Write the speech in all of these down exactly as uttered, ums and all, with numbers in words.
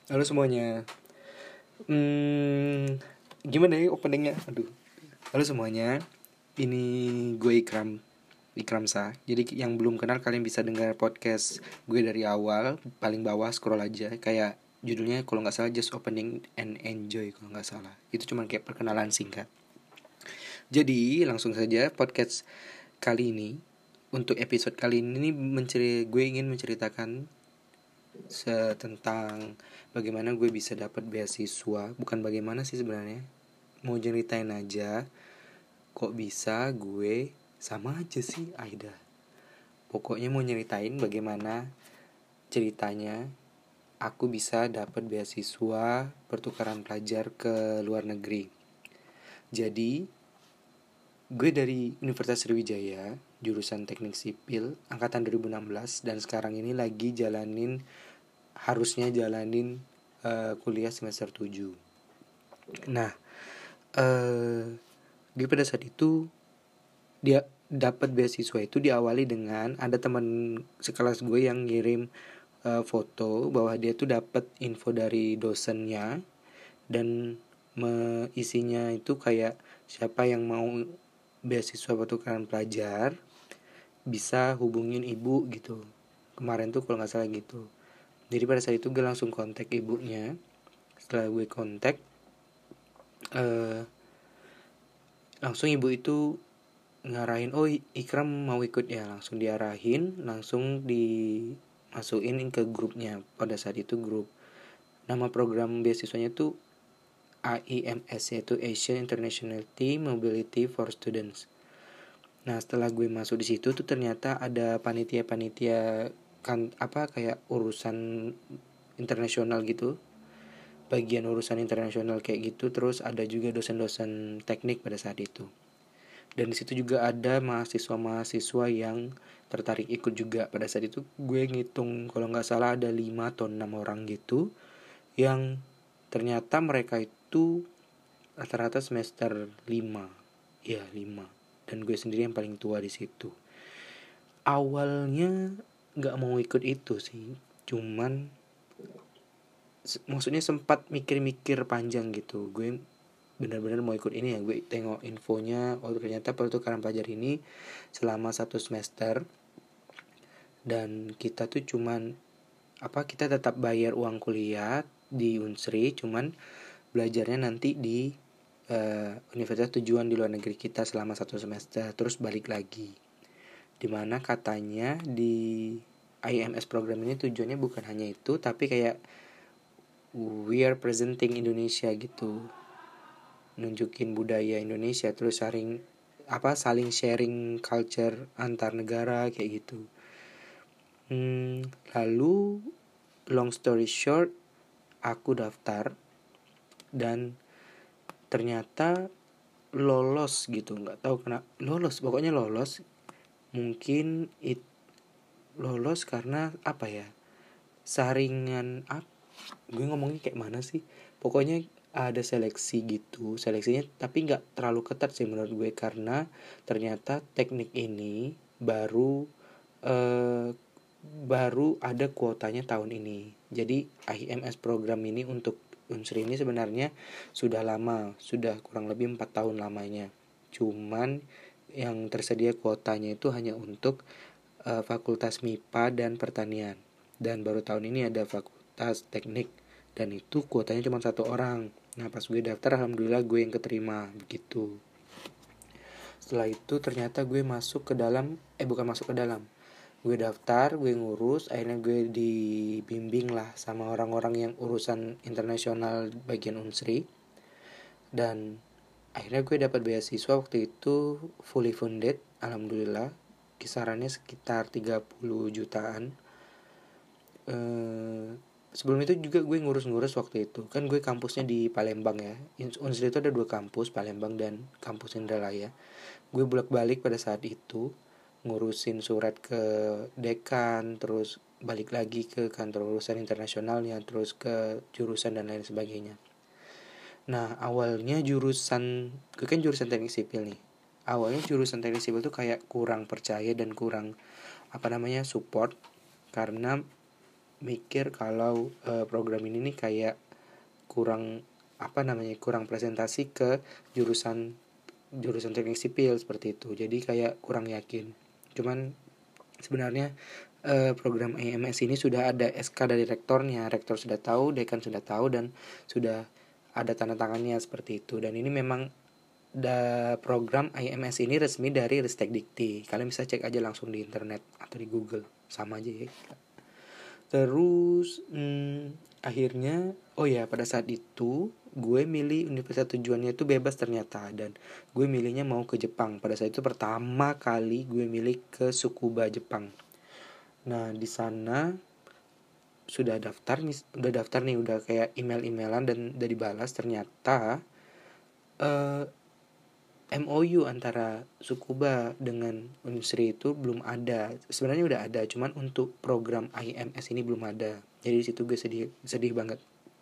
Halo semuanya. Hmm, gimana ya openingnya? Aduh. Halo semuanya. Ini gue Ikram, Ikram Sa. Jadi yang belum kenal kalian bisa dengar podcast gue dari awal, paling bawah scroll aja. Kayak judulnya kalau nggak salah just opening and enjoy kalau nggak salah. Itu cuma kayak perkenalan singkat. Jadi langsung saja podcast kali ini. Untuk episode kali ini menceri, gue ingin menceritakan tentang bagaimana gue bisa dapat beasiswa. Bukan bagaimana sih sebenarnya, mau ceritain aja kok bisa gue sama aja sih Aida. Pokoknya mau nyeritain bagaimana ceritanya aku bisa dapat beasiswa pertukaran pelajar ke luar negeri. Jadi gue dari Universitas Sriwijaya, jurusan Teknik Sipil, angkatan dua ribu enam belas, dan sekarang ini lagi jalanin harusnya jalanin uh, kuliah semester tujuh. Nah, uh, gue pada saat itu dia dapat beasiswa itu diawali dengan ada teman sekelas gue yang ngirim uh, foto bahwa dia tuh dapat info dari dosennya, dan me- isinya itu kayak siapa yang mau beasiswa pertukaran pelajar bisa hubungin ibu gitu. Kemarin tuh kalau nggak salah gitu. Jadi pada saat itu gue langsung kontak ibunya. Setelah gue kontak, uh, langsung ibu itu ngarahin, oh Ikram mau ikut ya, langsung diarahin, langsung dimasukin ke grupnya. Pada saat itu grup, nama program beasiswanya tuh A I M S, yaitu Asian Internationality Mobility for Students. Nah setelah gue masuk di situ tuh ternyata ada panitia-panitia kan apa kayak urusan internasional gitu, bagian urusan internasional kayak gitu. Terus ada juga dosen-dosen teknik pada saat itu. Dan di situ juga ada mahasiswa-mahasiswa yang tertarik ikut juga. Pada saat itu gue ngitung kalau nggak salah ada lima atau enam orang gitu, yang ternyata mereka itu rata-rata semester lima. Ya lima. Dan gue sendiri yang paling tua di situ. Awalnya nggak mau ikut itu sih, cuman maksudnya sempat mikir-mikir panjang gitu. Gue benar-benar mau ikut ini ya. Gue tengok infonya, oh ternyata pertukaran pelajar ini selama satu semester, dan kita tuh cuman apa kita tetap bayar uang kuliah di Unsri, cuman belajarnya nanti di uh, universitas tujuan di luar negeri kita selama satu semester, terus balik lagi. Dimana katanya di I M S program ini tujuannya bukan hanya itu, tapi kayak we are presenting Indonesia gitu, nunjukin budaya Indonesia, terus saling apa saling sharing culture antar negara kayak gitu. Hmm, lalu long story short, aku daftar dan ternyata lolos gitu, nggak tahu kenapa lolos, pokoknya lolos. Mungkin it lolos karena apa ya, saringan up, gue ngomongnya kayak mana sih, pokoknya ada seleksi gitu, seleksinya tapi nggak terlalu ketat sih menurut gue, karena ternyata teknik ini baru eh, baru ada kuotanya tahun ini. Jadi I M S program ini untuk Unsri ini sebenarnya sudah lama, sudah kurang lebih empat tahun lamanya. Cuman yang tersedia kuotanya itu hanya untuk uh, fakultas M I P A dan pertanian. Dan baru tahun ini ada fakultas teknik, dan itu kuotanya cuma satu orang. Nah pas gue daftar alhamdulillah gue yang keterima begitu. Setelah itu ternyata gue masuk ke dalam, eh bukan masuk ke dalam, gue daftar, gue ngurus, akhirnya gue dibimbing lah sama orang-orang yang urusan internasional bagian Unsri, dan akhirnya gue dapat beasiswa waktu itu fully funded, alhamdulillah, kisarannya sekitar tiga puluh jutaan. Eh, sebelum itu juga gue ngurus-ngurus waktu itu, kan gue kampusnya di Palembang ya. Unsri itu ada dua kampus, Palembang dan kampus Indralaya. Gue bolak-balik pada saat itu ngurusin surat ke dekan, terus balik lagi ke kantor urusan internasionalnya, terus ke jurusan dan lain sebagainya. Nah awalnya jurusan, gue kan jurusan teknik sipil nih. Awalnya jurusan teknik sipil tuh kayak kurang percaya dan kurang apa namanya support, karena mikir kalau uh, program ini nih kayak kurang apa namanya kurang presentasi ke jurusan jurusan teknik sipil seperti itu, jadi kayak kurang yakin. Cuman sebenarnya uh, program I M S ini sudah ada S K dari rektornya, rektor sudah tahu, dekan sudah tahu, dan sudah ada tanda tangannya seperti itu. Dan ini memang da program I M S ini resmi dari Ristek Dikti. Kalian bisa cek aja langsung di internet atau di Google, sama aja ya. Terus hmm, akhirnya oh ya pada saat itu gue milih universitas tujuannya itu bebas ternyata, dan gue milihnya mau ke Jepang. Pada saat itu pertama kali gue milih ke Tsukuba, Jepang. Nah di sana sudah daftar nih, udah daftar nih, udah kayak email-emailan dan udah dibalas. Ternyata uh, M O U antara Tsukuba dengan Unsri itu belum ada. Sebenarnya udah ada, cuman untuk program I M S ini belum ada. Jadi di situ gue sedih sedih banget.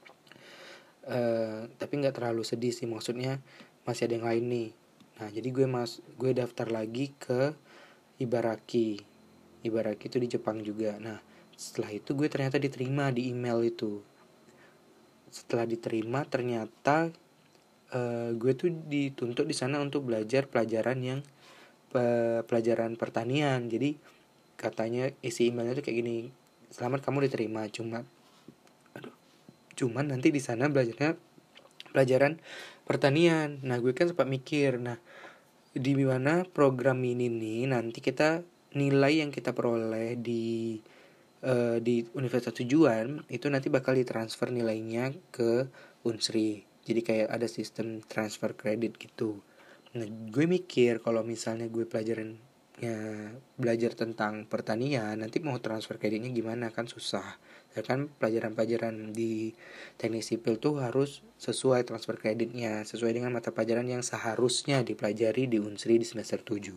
Uh, tapi nggak terlalu sedih sih, maksudnya masih ada yang lain nih. Nah jadi gue mas gue daftar lagi ke Ibaraki. Ibaraki itu di Jepang juga. Nah setelah itu gue ternyata diterima di email itu. Setelah diterima ternyata uh, gue tuh dituntut di sana untuk belajar pelajaran yang pe- pelajaran pertanian. Jadi katanya isi emailnya tuh kayak gini: selamat kamu diterima, cuma aduh, cuman nanti di sana belajarnya pelajaran pertanian. Nah gue kan sempat mikir, nah di mana program ini nih nanti kita nilai yang kita peroleh di uh, di universitas tujuan itu nanti bakal ditransfer nilainya ke Unsri. Jadi kayak ada sistem transfer kredit gitu. Nah gue mikir kalau misalnya gue pelajaran ya belajar tentang pertanian, nanti mau transfer kreditnya gimana, kan susah. Ya kan pelajaran-pelajaran di teknik sipil tuh harus sesuai transfer kreditnya, sesuai dengan mata pelajaran yang seharusnya dipelajari di Unsri di semester tujuh.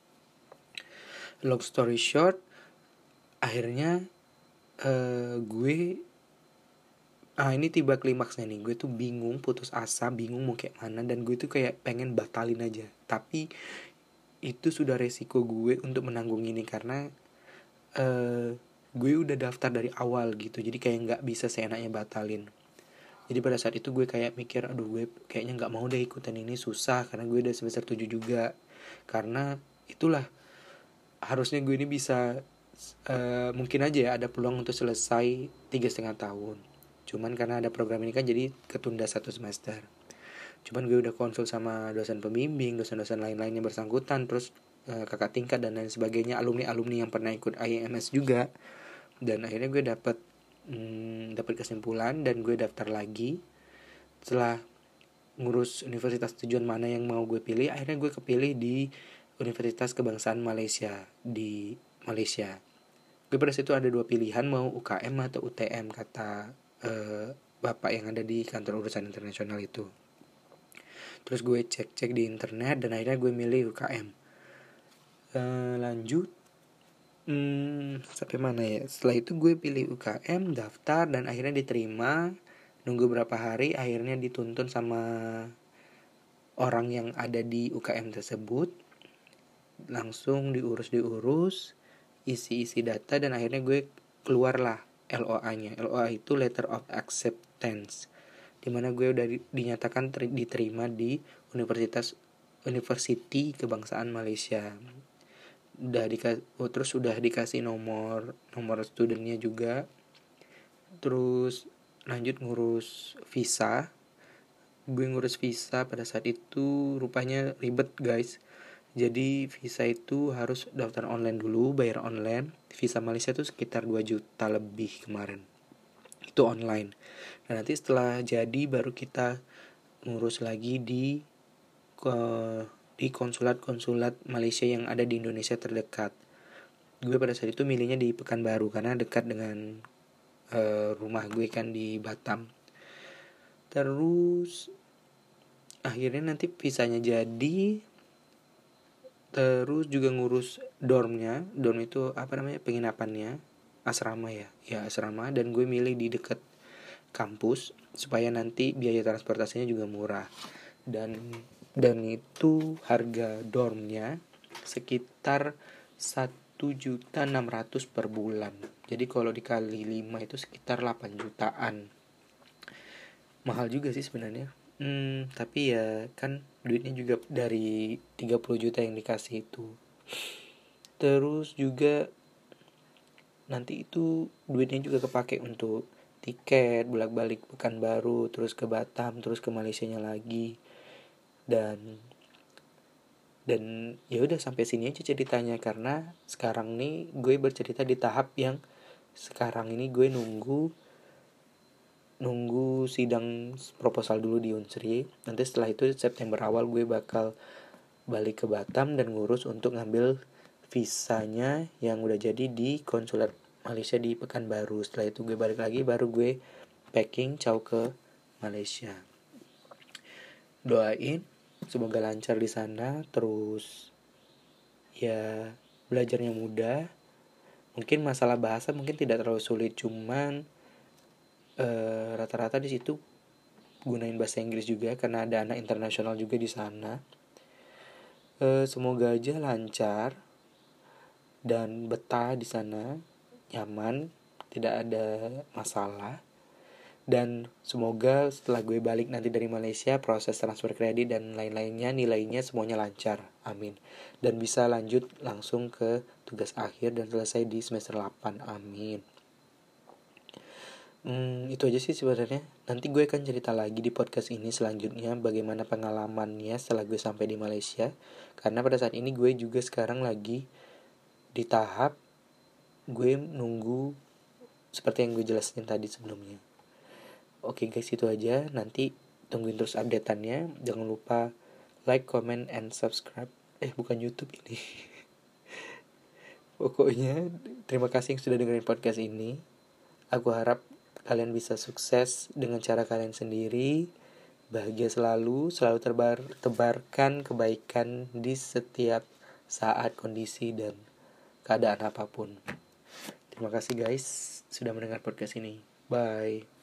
Long story short, akhirnya uh, gue ah ini tiba klimaksnya nih. Gue tuh bingung, putus asa, bingung mau kayak mana, dan gue tuh kayak pengen batalin aja. Tapi itu sudah resiko gue untuk menanggung ini karena uh, gue udah daftar dari awal gitu. Jadi kayak nggak bisa seenaknya batalin. Jadi pada saat itu gue kayak mikir, aduh gue kayaknya nggak mau deh ikutan ini, susah karena gue udah semester tujuh juga. Karena itulah harusnya gue ini bisa uh, mungkin aja ya ada peluang untuk selesai tiga setengah tahun. Cuman karena ada program ini kan jadi ketunda satu semester. Cuman gue udah konsul sama dosen pembimbing, dosen-dosen lain-lain yang bersangkutan, terus uh, kakak tingkat dan lain sebagainya, alumni-alumni yang pernah ikut I M S juga. Dan akhirnya gue dapet hmm, dapat kesimpulan dan gue daftar lagi. Setelah ngurus universitas tujuan mana yang mau gue pilih, akhirnya gue kepilih di Universitas Kebangsaan Malaysia di Malaysia. Gue pada situ ada dua pilihan, mau U K M atau U T M, kata uh, bapak yang ada di kantor urusan internasional itu. Terus gue cek-cek di internet dan akhirnya gue milih U K M. Uh, lanjut hmm, sampai mana ya? Setelah itu gue pilih U K M, daftar, dan akhirnya diterima. Nunggu berapa hari, akhirnya dituntun sama orang yang ada di U K M tersebut. Langsung diurus-diurus, isi-isi data, dan akhirnya gue keluarlah L O A-nya. L O A itu Letter of Acceptance, dimana gue udah dinyatakan ter- diterima di Universitas University Kebangsaan Malaysia. Udah dikasih, oh, terus udah dikasih nomor nomor studentnya juga. Terus lanjut ngurus visa. Gue ngurus visa pada saat itu rupanya ribet guys. Jadi visa itu harus daftar online dulu, bayar online. Visa Malaysia itu sekitar dua juta lebih kemarin. Itu online. Dan nanti setelah jadi baru kita ngurus lagi di ke di konsulat-konsulat Malaysia yang ada di Indonesia terdekat. Gue pada saat itu milihnya di Pekanbaru karena dekat dengan uh, rumah gue kan di Batam. Terus akhirnya nanti visanya jadi. Terus juga ngurus dormnya. Dorm itu apa namanya, penginapannya, asrama ya, ya asrama. Dan gue milih di dekat kampus supaya nanti biaya transportasinya juga murah. Dan dan itu harga dormnya sekitar satu satu juta enam ratus per bulan. Jadi kalau dikali lima itu sekitar delapan jutaan. Mahal juga sih sebenarnya. Hmm, tapi ya kan duitnya juga dari tiga puluh juta yang dikasih itu. Terus juga nanti itu duitnya juga kepake untuk tiket bolak-balik Pekanbaru, terus ke Batam, terus ke Malaysianya lagi. Dan dan ya udah sampai sini aja ceritanya, karena sekarang nih gue bercerita di tahap yang sekarang ini gue nunggu nunggu sidang proposal dulu di Unsri. Nanti setelah itu September awal gue bakal balik ke Batam dan ngurus untuk ngambil visanya yang udah jadi di konsulat Malaysia di Pekanbaru. Setelah itu gue balik lagi, baru gue packing caw ke Malaysia. Doain semoga lancar di sana, terus ya belajarnya mudah. Mungkin masalah bahasa mungkin tidak terlalu sulit, cuman eh, rata-rata di situ gunain bahasa Inggris juga karena ada anak internasional juga di sana. Eh, semoga aja lancar dan betah di sana, nyaman, tidak ada masalah. Dan semoga setelah gue balik nanti dari Malaysia, proses transfer kredit dan lain-lainnya, nilainya semuanya lancar, amin. Dan bisa lanjut langsung ke tugas akhir dan selesai di semester delapan, amin. Hmm, itu aja sih sebenarnya. Nanti gue akan cerita lagi di podcast ini selanjutnya bagaimana pengalamannya setelah gue sampai di Malaysia. Karena pada saat ini gue juga sekarang lagi di tahap gue nunggu seperti yang gue jelasin tadi sebelumnya. Oke guys, itu aja. Nanti tungguin terus update-annya. Jangan lupa like, comment, and subscribe. Eh bukan YouTube ini. Pokoknya terima kasih yang sudah dengerin podcast ini. Aku harap kalian bisa sukses dengan cara kalian sendiri. Bahagia selalu, selalu terbar, tebarkan kebaikan di setiap saat, kondisi, dan keadaan apapun. Terima kasih guys sudah mendengar podcast ini. Bye.